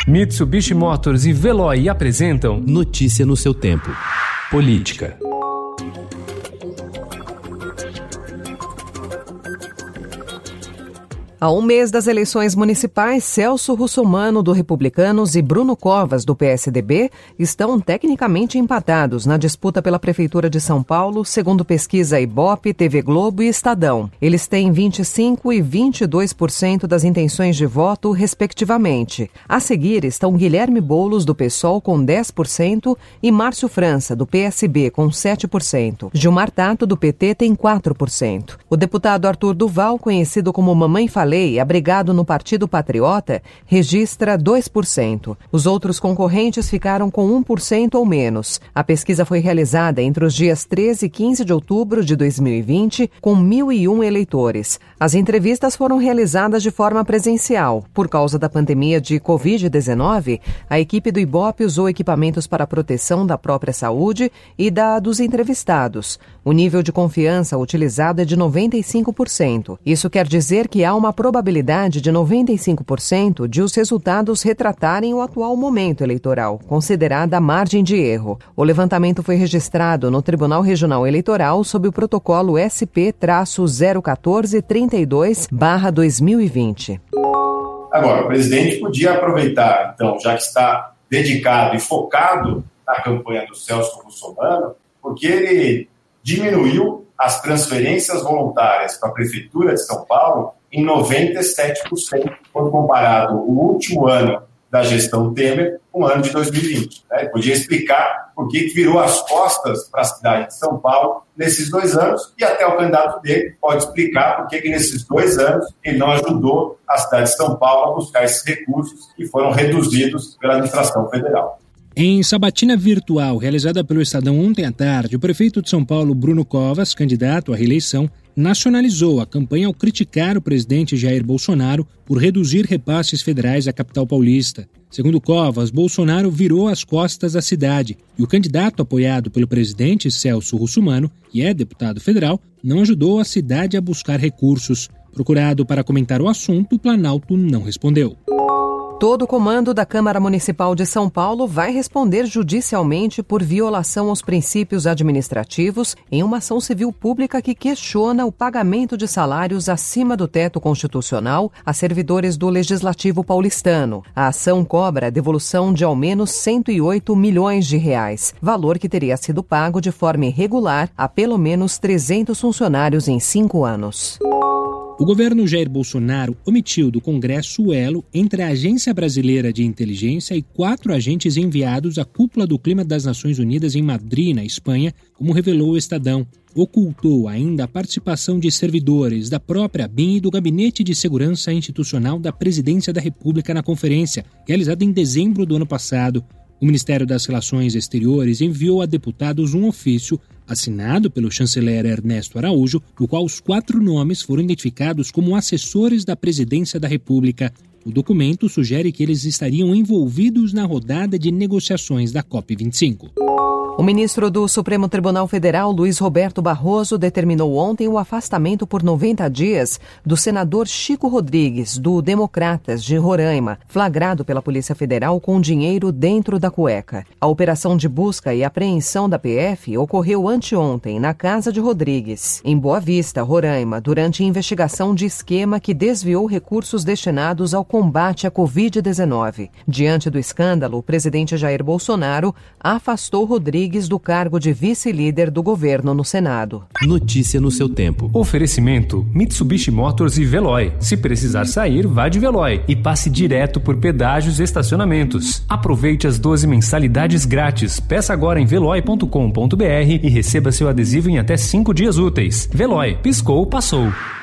Mitsubishi Motors e Veloy apresentam Notícia no seu tempo. Política. Há um mês das eleições municipais, Celso Russomano, do Republicanos, e Bruno Covas, do PSDB, estão tecnicamente empatados na disputa pela Prefeitura de São Paulo, segundo pesquisa Ibope, TV Globo e Estadão. Eles têm 25% e 22% das intenções de voto, respectivamente. A seguir estão Guilherme Boulos, do PSOL, com 10%, e Márcio França, do PSB, com 7%. Gilmar Tato, do PT, tem 4%. O deputado Arthur Duval, conhecido como Mamãe Falei, abrigado no Partido Patriota, registra 2%. Os outros concorrentes ficaram com 1% ou menos. A pesquisa foi realizada entre os dias 13 e 15 de outubro de 2020, com 1.001 eleitores. As entrevistas foram realizadas de forma presencial. Por causa da pandemia de Covid-19, a equipe do Ibope usou equipamentos para a proteção da própria saúde e da dos entrevistados. O nível de confiança utilizado é de 95%. Isso quer dizer que há uma probabilidade de 95% de os resultados retratarem o atual momento eleitoral, considerada a margem de erro. O levantamento foi registrado no Tribunal Regional Eleitoral sob o protocolo SP-01432/2020. Agora, o presidente podia aproveitar, então, já que está dedicado e focado na campanha do Celso Russomano, porque ele diminuiu as transferências voluntárias para a Prefeitura de São Paulo em 97%, quando comparado o último ano da gestão Temer com o ano de 2020. Ele podia explicar por que virou as costas para a cidade de São Paulo nesses 2 anos, e até o candidato dele pode explicar por que nesses 2 anos ele não ajudou a cidade de São Paulo a buscar esses recursos que foram reduzidos pela administração federal. Em sabatina virtual realizada pelo Estadão ontem à tarde, o prefeito de São Paulo, Bruno Covas, candidato à reeleição, nacionalizou a campanha ao criticar o presidente Jair Bolsonaro por reduzir repasses federais à capital paulista. Segundo Covas, Bolsonaro virou as costas à cidade e o candidato apoiado pelo presidente Celso Russomano, que é deputado federal, não ajudou a cidade a buscar recursos. Procurado para comentar o assunto, o Planalto não respondeu. Todo o comando da Câmara Municipal de São Paulo vai responder judicialmente por violação aos princípios administrativos em uma ação civil pública que questiona o pagamento de salários acima do teto constitucional a servidores do Legislativo paulistano. A ação cobra a devolução de ao menos R$108 milhões, valor que teria sido pago de forma irregular a pelo menos 300 funcionários em 5 anos. O governo Jair Bolsonaro omitiu do Congresso o elo entre a Agência Brasileira de Inteligência e 4 agentes enviados à Cúpula do Clima das Nações Unidas em Madrid, na Espanha, como revelou o Estadão. Ocultou ainda a participação de servidores da própria ABIN e do Gabinete de Segurança Institucional da Presidência da República na conferência, realizada em dezembro do ano passado. O Ministério das Relações Exteriores enviou a deputados um ofício assinado pelo chanceler Ernesto Araújo, no qual os 4 nomes foram identificados como assessores da Presidência da República. O documento sugere que eles estariam envolvidos na rodada de negociações da COP25. O ministro do Supremo Tribunal Federal, Luiz Roberto Barroso, determinou ontem o afastamento por 90 dias do senador Chico Rodrigues, do Democratas de Roraima, flagrado pela Polícia Federal com dinheiro dentro da cueca. A operação de busca e apreensão da PF ocorreu anteontem na casa de Rodrigues, em Boa Vista, Roraima, durante investigação de esquema que desviou recursos destinados ao combate à Covid-19. Diante do escândalo, o presidente Jair Bolsonaro afastou Rodrigues do cargo de vice-líder do governo no Senado. Notícia no seu tempo. Oferecimento: Mitsubishi Motors e Veloy. Se precisar sair, vá de Veloy e passe direto por pedágios e estacionamentos. Aproveite as 12 mensalidades grátis. Peça agora em veloy.com.br e receba seu adesivo em até 5 dias úteis. Veloy. Piscou, passou.